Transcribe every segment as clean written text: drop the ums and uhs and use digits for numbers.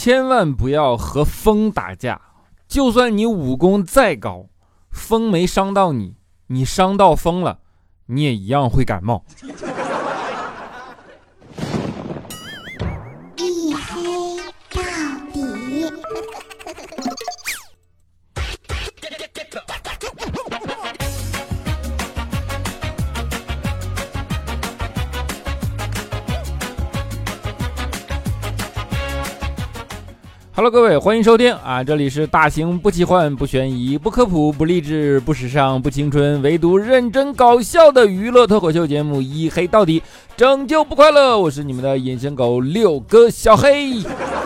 千万不要和风打架，就算你武功再高，风没伤到你，你伤到风了，你也一样会感冒。 一黑到底。 Hello， 各位，欢迎收听啊！这里是大型不奇幻、不悬疑、不科普、不励志、不时尚、不青春，唯独认真搞笑的娱乐脱口秀节目《一黑到底》，拯救不快乐。我是你们的隐身狗六哥小黑。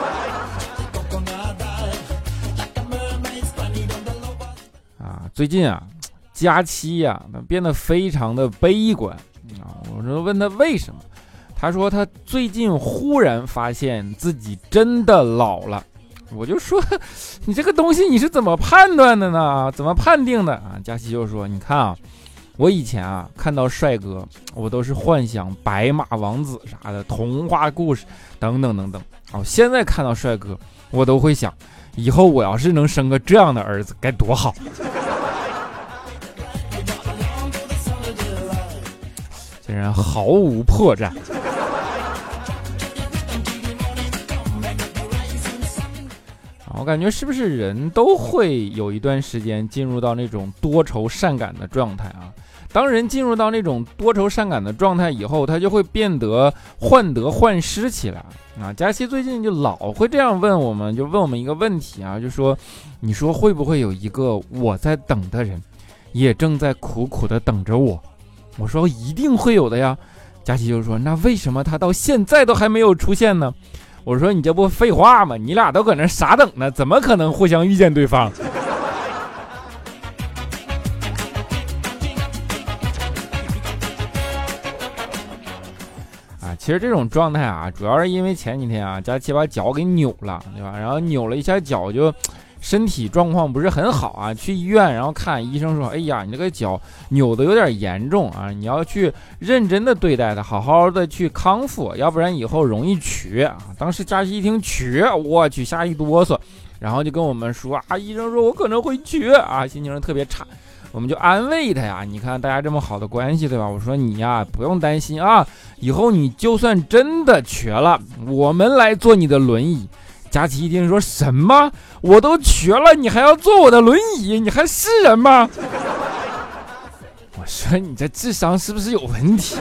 最近啊，佳期呀，变得非常的悲观啊！我说问他为什么，他说他最近忽然发现自己真的老了。我就说你这个东西你是怎么判断的呢？怎么判定的啊？佳琪就说你看啊，我以前啊看到帅哥，我都是幻想白马王子啥的童话故事等等等等。现在看到帅哥，我都会想，以后我要是能生个这样的儿子该多好。这人毫无破绽。我感觉是不是人都会有一段时间进入到那种多愁善感的状态啊？当人进入到那种多愁善感的状态以后，他就会变得患得患失起来啊。佳琪最近就老会这样问我们，就问我们一个问题啊，就说你说会不会有一个我在等的人，也正在苦苦的等着我？我说一定会有的呀。佳琪就说那为什么他到现在都还没有出现呢？我说你这不废话吗？你俩都搁那傻等呢，怎么可能互相遇见对方？其实这种状态啊，主要是因为前几天啊，佳琪把脚给扭了，对吧？然后扭了一下脚，就身体状况不是很好啊，去医院，然后看医生说，哎呀，你这个脚扭的有点严重啊，你要去认真的对待它，好好的去康复，要不然以后容易瘸啊。当时佳琪一听瘸，我去吓一哆嗦，然后就跟我们说啊，医生说我可能会瘸啊，心情特别差。我们就安慰他呀，你看大家这么好的关系，对吧？我说你呀不用担心啊，以后你就算真的瘸了，我们来坐你的轮椅。佳琪一听说什么？我都瘸了，你还要坐我的轮椅？你还是人吗？我说你这智商是不是有问题？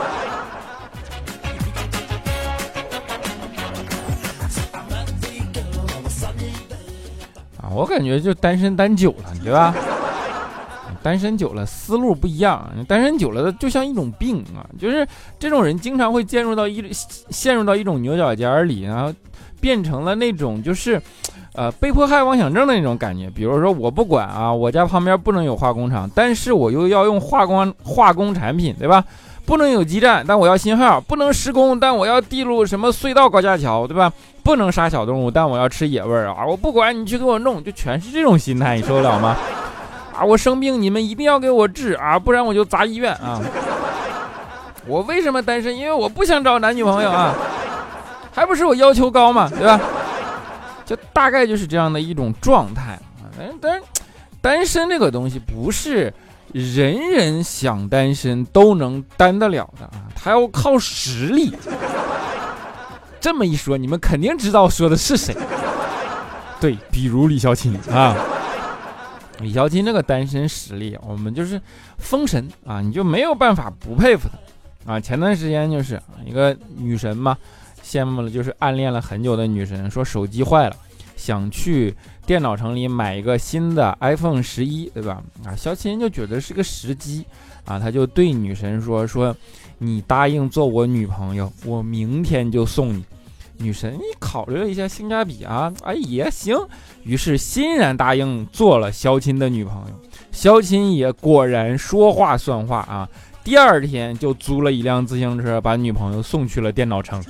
啊，我感觉就单身单久了，对吧？单身久了思路不一样，单身久了就像一种病啊，就是这种人经常会陷入到一种牛角尖里，然后变成了那种就是被迫害妄想症的那种感觉。比如说我不管啊，我家旁边不能有化工厂，但是我又要用化工产品，对吧？不能有基站，但我要信号；不能施工，但我要地路什么隧道高架桥，对吧？不能杀小动物，但我要吃野味啊！我不管，你去给我弄，就全是这种心态，你受得了吗？啊！我生病，你们一定要给我治啊，不然我就砸医院啊！我为什么单身？因为我不想找男女朋友啊，还不是我要求高嘛，对吧？就大概就是这样的一种状态啊。但是单身这个东西不是人人想单身都能单得了的啊，它要靠实力。这么一说，你们肯定知道说的是谁。对，比如李小琴啊。李小琴这个单身实力，我们就是封神啊，你就没有办法不佩服他啊。前段时间就是一个女神嘛，羡慕了就是暗恋了很久的女神，说手机坏了，想去电脑城里买一个新的 iPhone 11，对吧？啊，小琴就觉得是个时机啊，他就对女神说你答应做我女朋友，我明天就送你。女神一考虑了一下性价比啊，哎也行，于是欣然答应做了肖钦的女朋友。肖钦也果然说话算话啊，第二天就租了一辆自行车，把女朋友送去了电脑城。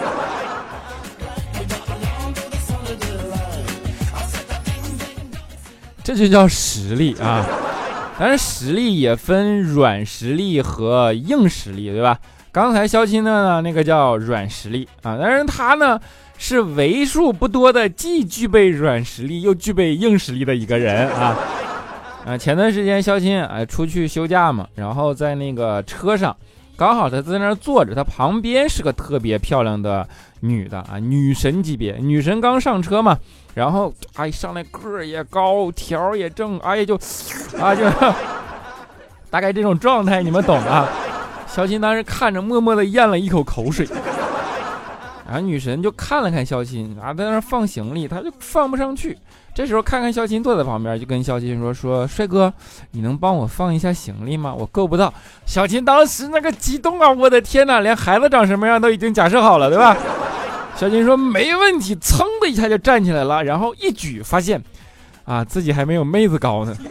这就叫实力啊！但是实力也分软实力和硬实力，对吧？刚才肖钦的呢，那个叫软实力啊，但是他呢是为数不多的既具备软实力又具备硬实力的一个人啊。前段时间肖钦出去休假嘛，然后在那个车上，刚好他在那儿坐着，他旁边是个特别漂亮的女的啊，女神级别，女神刚上车嘛，然后上来个儿也高，条也正，就大概这种状态你们懂啊。肖钦当时看着默默的咽了一口口水，然后女神就看了看肖钦在那儿放行李，他就放不上去。这时候看看肖钦坐在旁边，就跟肖钦说帅哥，你能帮我放一下行李吗？我够不到。肖钦当时那个激动啊，我的天哪，连孩子长什么样都已经假设好了，对吧？肖钦说没问题，噌的一下就站起来了，然后一举发现自己还没有妹子高呢。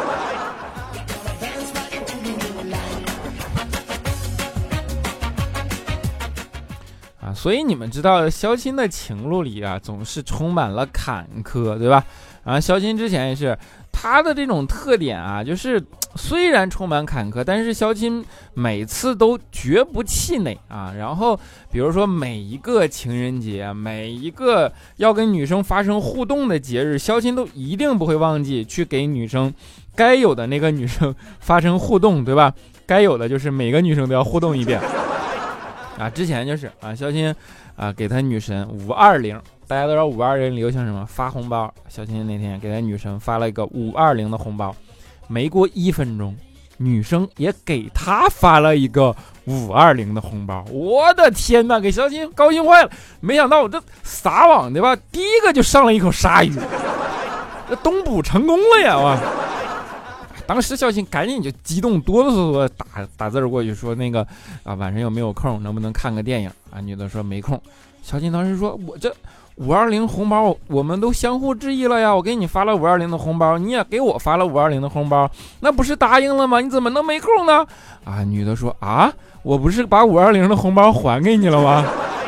所以你们知道肖钦的情路里总是充满了坎坷，对吧？肖钦之前也是他的这种特点就是虽然充满坎坷，但是肖钦每次都绝不气馁然后比如说每一个情人节，每一个要跟女生发生互动的节日，肖钦都一定不会忘记去给女生该有的那个女生发生互动，对吧？该有的就是每个女生都要互动一遍。之前就是肖钦给他女神520，大家都知道520流行什么？发红包。肖钦那天给他女神发了一个520的红包，没过1分钟，女生也给他发了一个520的红包。我的天哪，给肖钦高兴坏了！没想到我这撒网对吧？第一个就上了一口鲨鱼，这东捕成功了呀！当时肖钦赶紧就激动哆哆嗦嗦打字过去说那个晚上有没有空，能不能看个电影女的说没空。肖钦当时说我这520红包我们都相互致意了呀，我给你发了520的红包，你也给我发了520的红包，那不是答应了吗？你怎么能没空呢？女的说我不是把520的红包还给你了吗？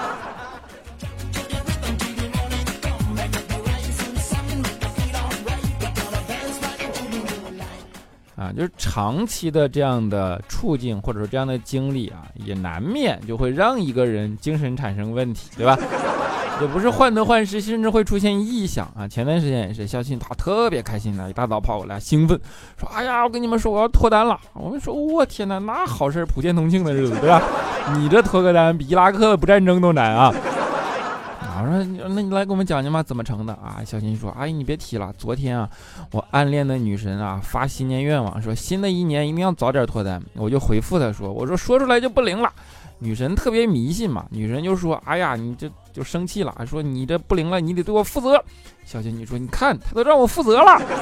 就是长期的这样的处境或者说这样的经历也难免就会让一个人精神产生问题，对吧？也不是患得患失，甚至会出现异响前段时间也是，肖钦他特别开心的，一大早跑过来兴奋说我跟你们说我要脱单了。我们说我天哪，那好事普天同庆的日子，对吧？你这脱个单比伊拉克不战争都难我说那你来给我们讲讲吧，怎么成的肖钦说你别提了，昨天我暗恋的女神发新年愿望，说新的一年一定要早点脱单。我就回复她说，我说说出来就不灵了。女神特别迷信嘛，女神就说你这就生气了，说你这不灵了，你得对我负责。肖钦你说你看他都让我负责了。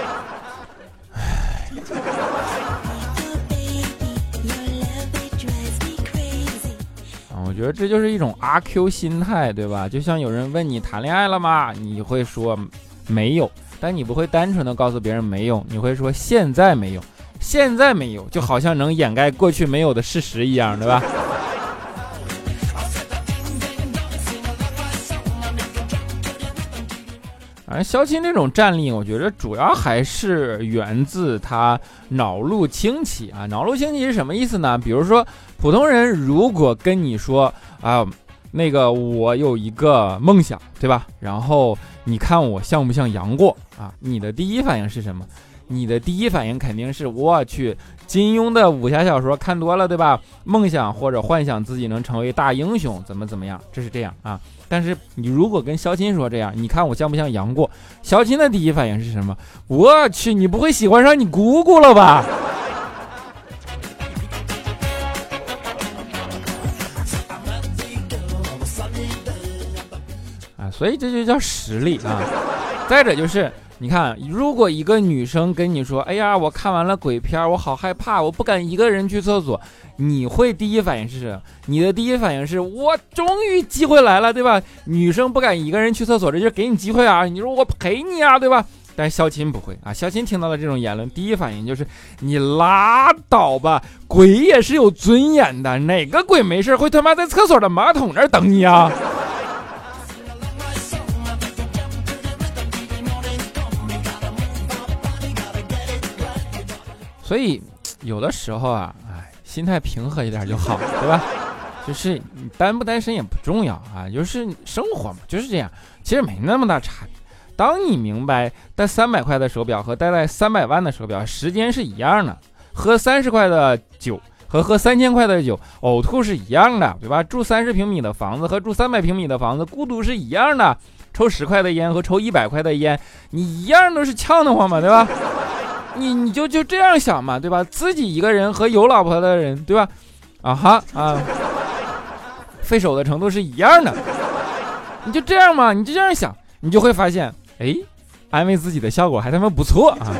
我觉得这就是一种阿 Q 心态，对吧？就像有人问你谈恋爱了吗，你会说没有，但你不会单纯的告诉别人没有，你会说现在没有，现在没有，就好像能掩盖过去没有的事实一样，对吧？肖钦这种战力，我觉得主要还是源自他脑路清奇脑路清奇是什么意思呢？比如说普通人如果跟你说那个我有一个梦想，对吧？然后你看我像不像杨过你的第一反应是什么？你的第一反应肯定是我去金庸的武侠小说看多了，对吧？梦想或者幻想自己能成为大英雄，怎么样，这是这样但是你如果跟肖钦说这样，你看我像不像杨过？肖钦的第一反应是什么？我去，你不会喜欢上你姑姑了吧？所以这就叫实力再者就是你看，如果一个女生跟你说我看完了鬼片，我好害怕，我不敢一个人去厕所，你会第一反应是什么？你的第一反应是我终于机会来了，对吧？女生不敢一个人去厕所，这就给你机会你说我陪你对吧？但是肖钦不会肖钦听到了这种言论，第一反应就是你拉倒吧，鬼也是有尊严的，哪个鬼没事会他妈在厕所的马桶那儿等你所以有的时候心态平和一点就好，对吧？ 就是你单不单身也不重要啊，就是生活嘛，就是这样，其实没那么大差别。当你明白戴300块的手表和戴300万的手表时间是一样的，喝30块的酒和喝3000块的酒呕吐是一样的，对吧？住30平米的房子和住300平米的房子孤独是一样的，抽10块的烟和抽100块的烟你一样都是呛得慌嘛，对吧？你就这样想嘛，对吧？自己一个人和有老婆的人，对吧？费手的程度是一样的，你就这样嘛，你就这样想，你就会发现，哎，安慰自己的效果还他妈不错啊！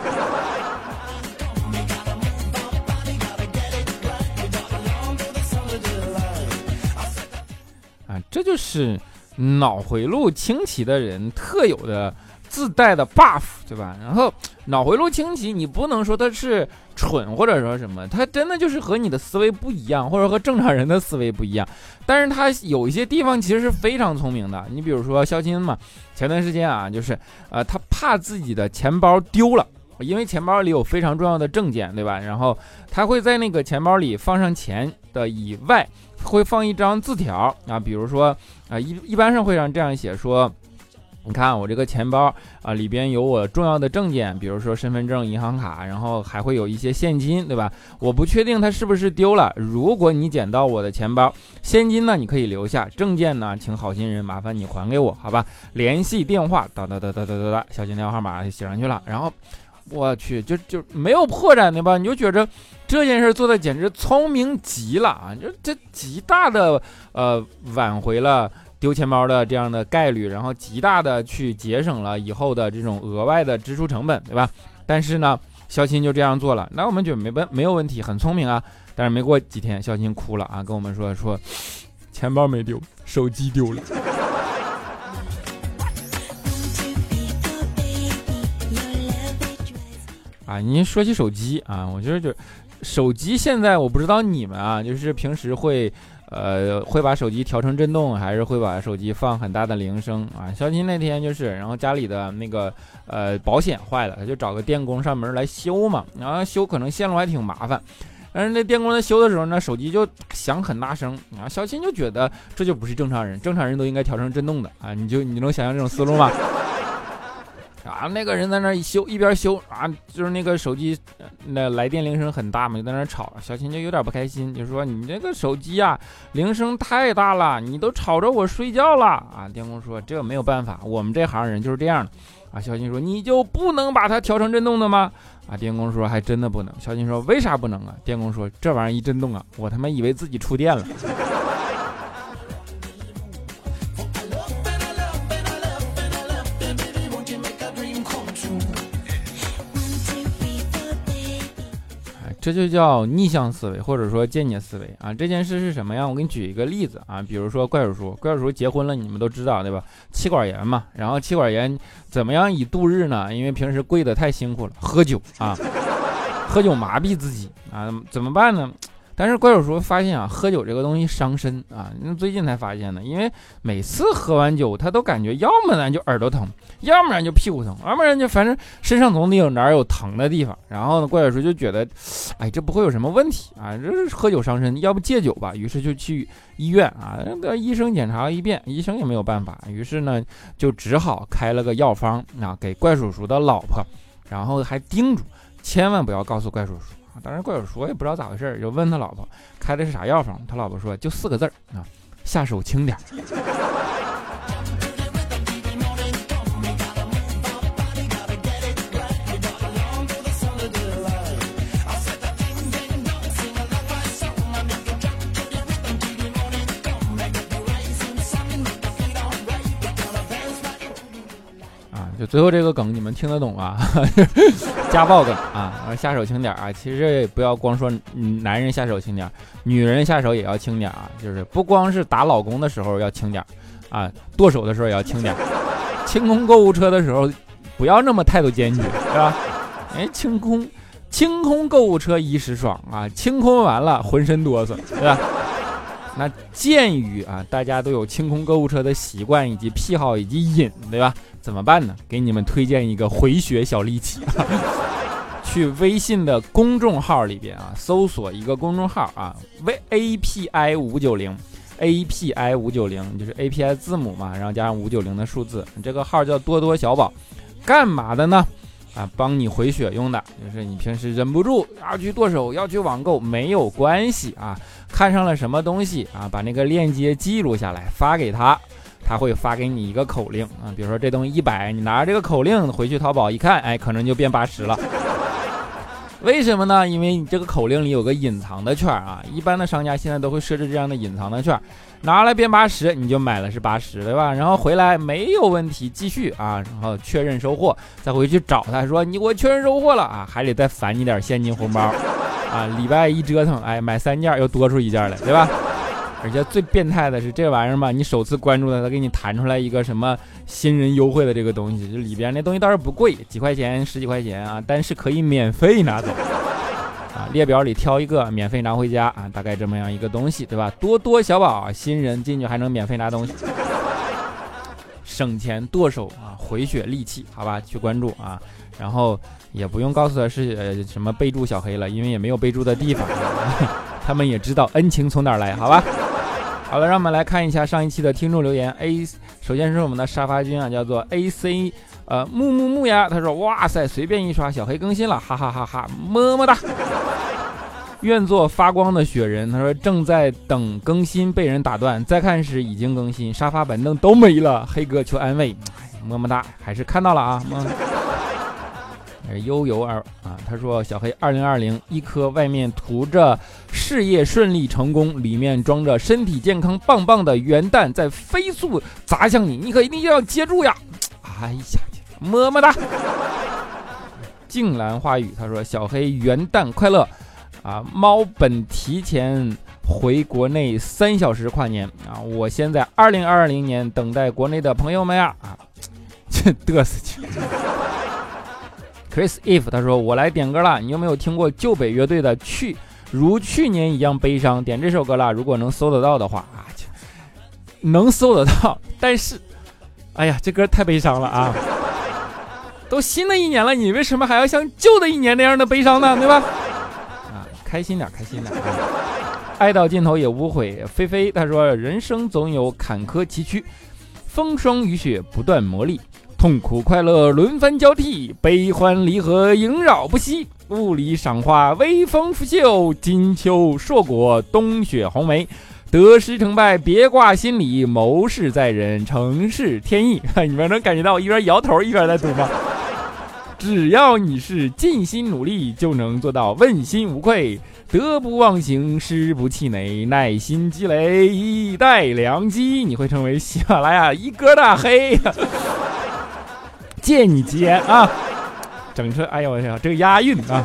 这就是脑回路清奇的人特有的自带的 buff， 对吧？然后脑回路清奇，你不能说他是蠢或者说什么，他真的就是和你的思维不一样，或者和正常人的思维不一样。但是他有一些地方其实是非常聪明的。你比如说肖钦嘛，前段时间啊，就是他怕自己的钱包丢了，因为钱包里有非常重要的证件，对吧？然后他会在那个钱包里放上钱的以外，会放一张字条啊，比如说一般上会上这样写说，你看我这个钱包里边有我重要的证件，比如说身份证、银行卡，然后还会有一些现金，对吧？我不确定它是不是丢了，如果你捡到我的钱包，现金呢你可以留下，证件呢请好心人麻烦你还给我，好吧？联系电话哒，小金电话号码写上去了，然后我去就没有破绽，对吧？你就觉着这件事做的简直聪明极了啊！这极大的挽回了丢钱包的这样的概率，然后极大的去节省了以后的这种额外的支出成本，对吧？但是呢，肖钦就这样做了，那我们觉得没有问题，很聪明啊。但是没过几天，肖钦哭了啊，跟我们说钱包没丢，手机丢了。你说起手机啊，我觉得就手机现在我不知道你们啊，就是平时会把手机调成震动，还是会把手机放很大的铃声啊？肖钦那天就是，然后家里的那个保险坏了，他就找个电工上门来修嘛，然后修可能线路还挺麻烦，但是那电工在修的时候呢，手机就响很大声啊，肖钦就觉得这就不是正常人，正常人都应该调成震动的啊，你能想象这种思路吗？那个人在那一边修啊，就是那个手机那来电铃声很大嘛，就在那吵，小琴就有点不开心，就说你这个手机啊铃声太大了，你都吵着我睡觉了啊。电工说这没有办法，我们这行人就是这样的啊。小琴说你就不能把它调成震动的吗？啊，电工说还真的不能。小琴说为啥不能啊？电工说这玩意儿一震动啊，我他妈以为自己触电了。这就叫逆向思维，或者说间接思维啊。这件事是什么样？我给你举一个例子啊，比如说怪叔叔结婚了，你们都知道对吧？妻管严嘛，然后妻管严怎么样以度日呢？因为平时跪得太辛苦了，喝酒啊，喝酒麻痹自己啊，怎么办呢？但是怪叔叔发现啊，喝酒这个东西伤身啊，最近才发现的，因为每次喝完酒，他都感觉要么然就耳朵疼，要不然就屁股疼，要不然就反正身上总得有哪儿有疼的地方。然后呢，怪叔叔就觉得，哎，这不会有什么问题啊，这是喝酒伤身，要不戒酒吧。于是就去医院啊，医生检查了一遍，医生也没有办法，于是呢就只好开了个药方啊给怪叔叔的老婆，然后还叮嘱千万不要告诉怪叔叔。当然怪叔叔也不知道咋回事，就问他老婆开的是啥药方，他老婆说就4个字啊，下手轻点。就最后这个梗你们听得懂啊？家暴梗啊，下手轻点啊！其实也不要光说男人下手轻点，女人下手也要轻点啊！就是不光是打老公的时候要轻点啊，剁手的时候也要轻点，清空购物车的时候不要那么态度坚决，是吧？清空购物车一时爽啊，清空完了浑身哆嗦，对吧？那鉴于啊，大家都有清空购物车的习惯以及癖好以及瘾，对吧？怎么办呢？给你们推荐一个回血小利器， 去微信的公众号里边啊，搜索一个公众号啊，API590，API590 就是 API 字母嘛，然后加上590的数字，这个号叫多多小宝，干嘛的呢？啊，帮你回血用的，就是你平时忍不住要去剁手，要去网购，没有关系啊，看上了什么东西啊，把那个链接记录下来发给他。他会发给你一个口令啊，比如说这东西100，你拿着这个口令回去淘宝一看，哎，可能就变80了。为什么呢？因为你这个口令里有个隐藏的券啊，一般的商家现在都会设置这样的隐藏的券，拿来变80，你就买了是80，对吧？然后回来没有问题，继续啊，然后确认收货，再回去找他说我确认收货了啊，还得再返你点现金红包啊，礼拜一折腾，哎，买3件又多出1件来，对吧？而且最变态的是这玩意儿吧，你首次关注它，它给你弹出来一个什么新人优惠的这个东西，就里边那东西倒是不贵，几块钱10几块钱啊，但是可以免费拿走啊，列表里挑一个免费拿回家啊，大概这么样一个东西，对吧？多多小宝新人进去还能免费拿东西，省钱剁手啊，回血利器，好吧，去关注啊，然后也不用告诉他是什么备注小黑了，因为也没有备注的地方。他们也知道恩情从哪儿来，好吧？好了，让我们来看一下上一期的听众留言。首先是我们的沙发君啊，叫做 AC 木呀，他说哇塞，随便一刷小黑更新了，哈哈哈哈，么么哒。愿做发光的雪人，他说正在等更新被人打断，再看时已经更新，沙发板凳都没了，黑哥求安慰，么么哒，还是看到了啊。悠悠啊，他说小黑2020一颗外面涂着事业顺利成功，里面装着身体健康棒棒的元旦在飞速砸向你，你可一定要接住呀！哎呀，么么哒。静兰花语，他说小黑元旦快乐啊！猫本提前回国内3小时跨年啊！我现在2020年等待国内的朋友们呀这嘚瑟去。Chris If 他说我来点歌了，你有没有听过旧北乐队的如去年一样悲伤？点这首歌了，如果能搜得到的话啊，能搜得到，但是哎呀，这歌太悲伤了啊！都新的一年了，你为什么还要像旧的一年那样的悲伤呢？对吧？啊，开心点，开心点。爱到尽头也无悔。菲菲他说人生总有坎坷崎岖，风霜雨雪不断磨砺，痛苦快乐轮番交替，悲欢离合萦绕不息。雾里赏花微风拂袖，金秋硕果冬雪红梅。得失成败别挂心里，谋事在人成事天意。你们能感觉到我一边摇头一边在读吗？只要你是尽心努力，就能做到问心无愧，得不忘形，失不气馁，耐心积累，以待良机。你会成为喜马拉雅一哥的黑。借你吉言啊，整车，哎呦我天，这个押韵啊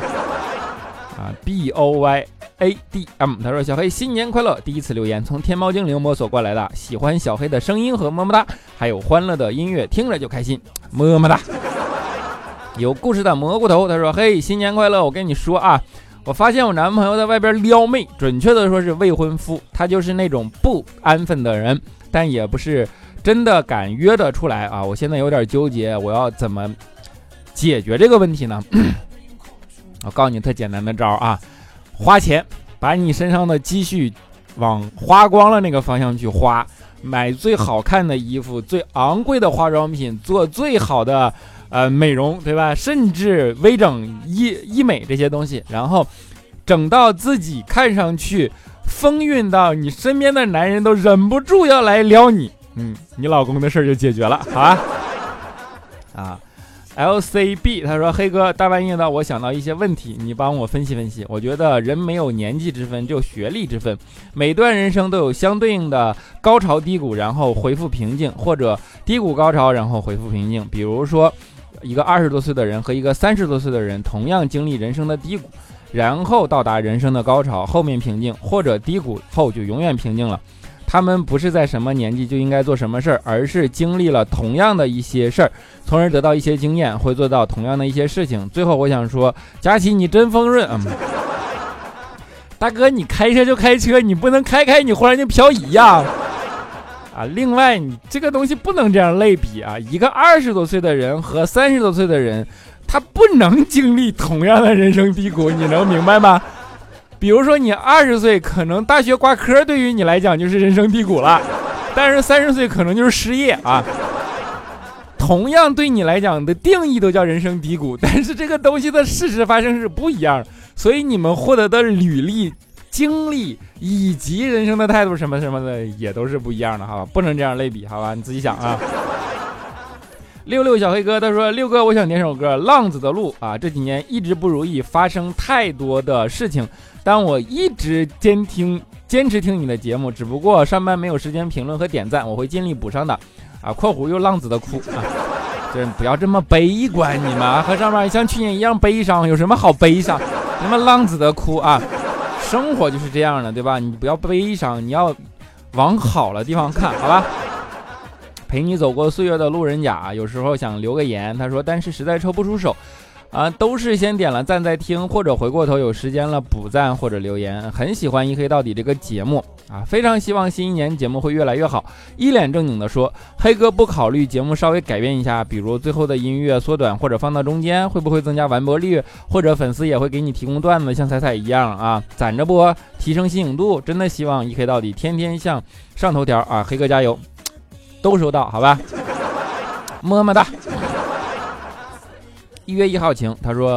BOYADM， 他说小黑新年快乐，第一次留言从天猫精灵摸索过来的，喜欢小黑的声音和么么哒，还有欢乐的音乐，听着就开心，么么哒。有故事的蘑菇头他说嘿，新年快乐，我跟你说啊，我发现我男朋友在外边撩妹，准确的说是未婚夫，他就是那种不安分的人，但也不是真的敢约得出来啊！我现在有点纠结，我要怎么解决这个问题呢？我告诉你特简单的招啊，花钱，把你身上的积蓄往花光了那个方向去花，买最好看的衣服，最昂贵的化妆品，做最好的美容，对吧？甚至微整、医美这些东西，然后整到自己看上去风韵到你身边的男人都忍不住要来撩你。你老公的事就解决了，好吧？啊 ，LCB 他说黑哥，大半夜的我想到一些问题，你帮我分析分析。我觉得人没有年纪之分，只有学历之分。每段人生都有相对应的高潮低谷，然后恢复平静，或者低谷高潮，然后恢复平静。比如说，一个20多岁的人和一个30多岁的人，同样经历人生的低谷，然后到达人生的高潮，后面平静，或者低谷后就永远平静了。他们不是在什么年纪就应该做什么事儿，而是经历了同样的一些事儿，从而得到一些经验，会做到同样的一些事情。最后我想说，佳琪你真丰润大哥，你开车就开车，你不能开你忽然就漂移呀！另外你这个东西不能这样类比啊，一个20多岁的人和30多岁的人他不能经历同样的人生低谷，你能明白吗？比如说你20岁，可能大学挂科对于你来讲就是人生低谷了，但是30岁可能就是失业啊。同样对你来讲的定义都叫人生低谷，但是这个东西的事实发生是不一样的，所以你们获得的履历、经历以及人生的态度什么什么的也都是不一样的，好吧？不能这样类比，好吧？你自己想啊。66小黑哥他说，六哥我想点首歌《浪子的路》啊，这几年一直不如意，发生太多的事情，但我一直坚持听你的节目，只不过上班没有时间评论和点赞，我会尽力补上的啊。括弧又浪子的哭啊，这不要这么悲观，你们和上班像去年一样悲伤，有什么好悲伤？那么浪子的哭啊，生活就是这样的，对吧？你不要悲伤，你要往好的地方看，好吧？陪你走过岁月的路人甲，有时候想留个言，他说但是实在抽不出手啊，都是先点了赞再听，或者回过头有时间了补赞或者留言。很喜欢一黑到底这个节目啊，非常希望新一年节目会越来越好。一脸正经的说，黑哥不考虑节目稍微改变一下，比如最后的音乐缩短或者放到中间，会不会增加完播率？或者粉丝也会给你提供段子，像彩彩一样啊，攒着播，提升新颖度。真的希望一黑到底天天向上头条啊，黑哥加油！都收到，好吧，么么哒。1月1号晴，他说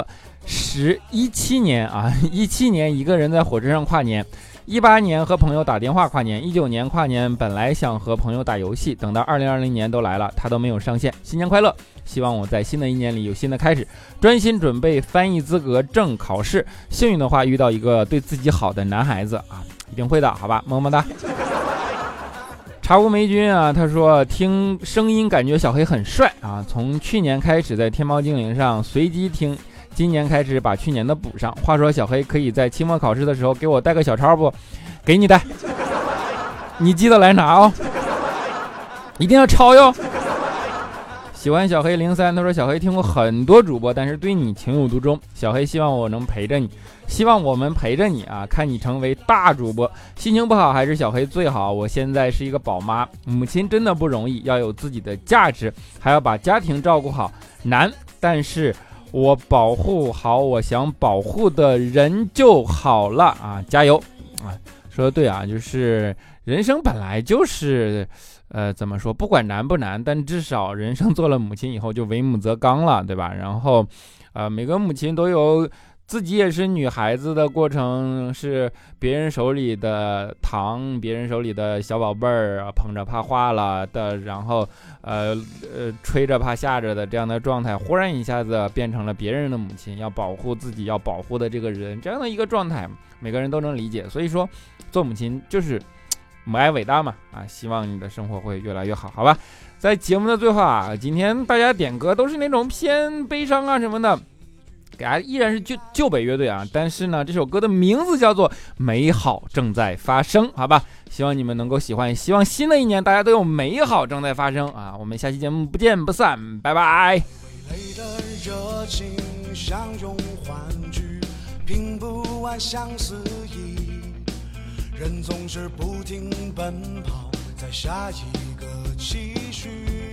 17年啊，17年一个人在火车上跨年，18年和朋友打电话跨年，19年跨年本来想和朋友打游戏，等到2020年都来了，他都没有上线。新年快乐！希望我在新的一年里有新的开始，专心准备翻译资格证考试，幸运的话遇到一个对自己好的男孩子啊，一定会的，好吧，么么哒。茶无霉菌啊，他说听声音感觉小黑很帅啊，从去年开始在天猫精灵上随机听，今年开始把去年的补上。话说小黑可以在期末考试的时候给我带个小抄不？给你带，你记得来拿哦，一定要抄哟。喜欢小黑03，他说小黑听过很多主播，但是对你情有独钟。小黑希望我能陪着你，希望我们陪着你啊，看你成为大主播。心情不好还是小黑最好。我现在是一个宝妈，母亲真的不容易，要有自己的价值，还要把家庭照顾好，难。但是我保护好我想保护的人就好了啊，加油啊！说的对啊，就是人生本来就是怎么说，不管难不难，但至少人生做了母亲以后就为母则刚了，对吧？然后每个母亲都有自己也是女孩子的过程，是别人手里的糖，别人手里的小宝贝儿，捧着怕化了的，然后吹着怕吓着的这样的状态，忽然一下子变成了别人的母亲，要保护自己要保护的这个人，这样的一个状态，每个人都能理解。所以说做母亲就是母爱伟大嘛啊！希望你的生活会越来越好，好吧？在节目的最后啊，今天大家点歌都是那种偏悲伤啊什么的，给大家依然是旧北乐队啊，但是呢，这首歌的名字叫做《美好正在发生》，好吧？希望你们能够喜欢，希望新的一年大家都有美好正在发生啊！我们下期节目不见不散，拜拜。热情相拥欢聚，拼不完相思意，人总是不停奔跑，在下一个期许，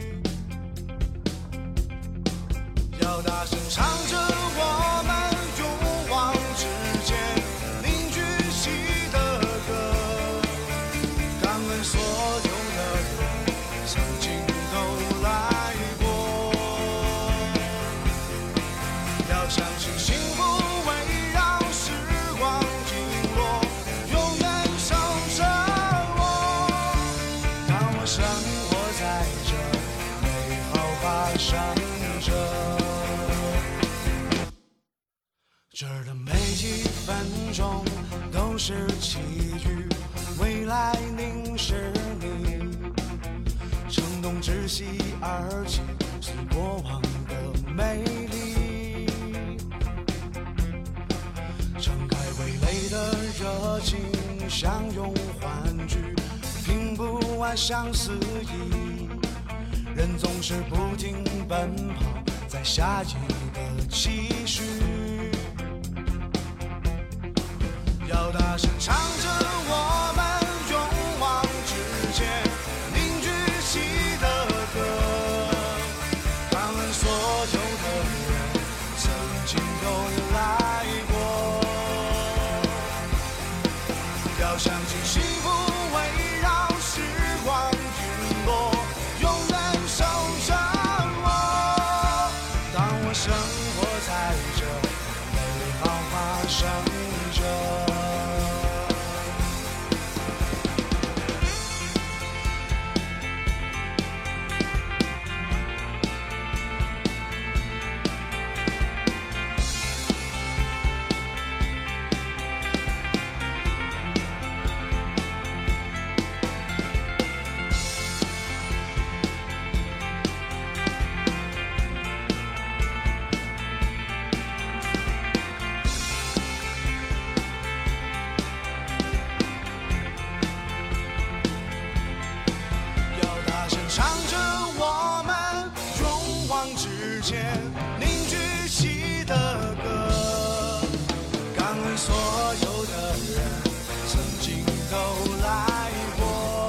要大声唱着我们勇往直前凝聚起的歌，感恩所有的人曾经都来过，要相信幸福会让时光经落，永远守着我，当我生活在这美好发生着，这儿的每几分钟都是奇遇，未来凝视你，乘动窒息而起，是过往的美丽，敞开味蕾的热情相拥欢聚，拼不完相思意，人总是不停奔跑，在下一个期许，要大声唱着我们勇往直前凝聚起的歌，感恩所有的人间凝聚起的歌，感恩所有的人曾经都来过，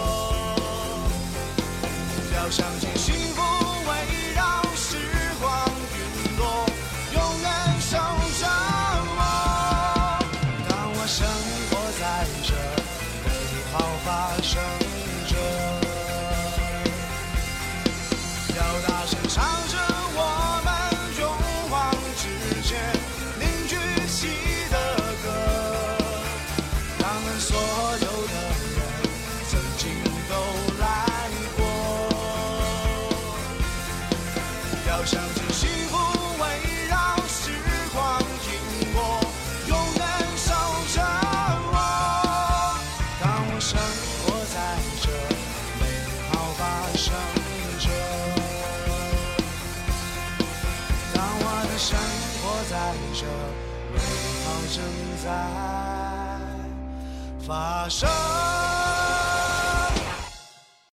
要相信幸福围绕时光陨落，永远守着我。当我生活在这美好发生着，要大声唱着我们勇往直前凝聚起的歌，让人所有的人曾经都来过，要相信幸福围绕时光经过，永远守着我。当我生活在这美好发生着，当我的生活在这美好正在发生。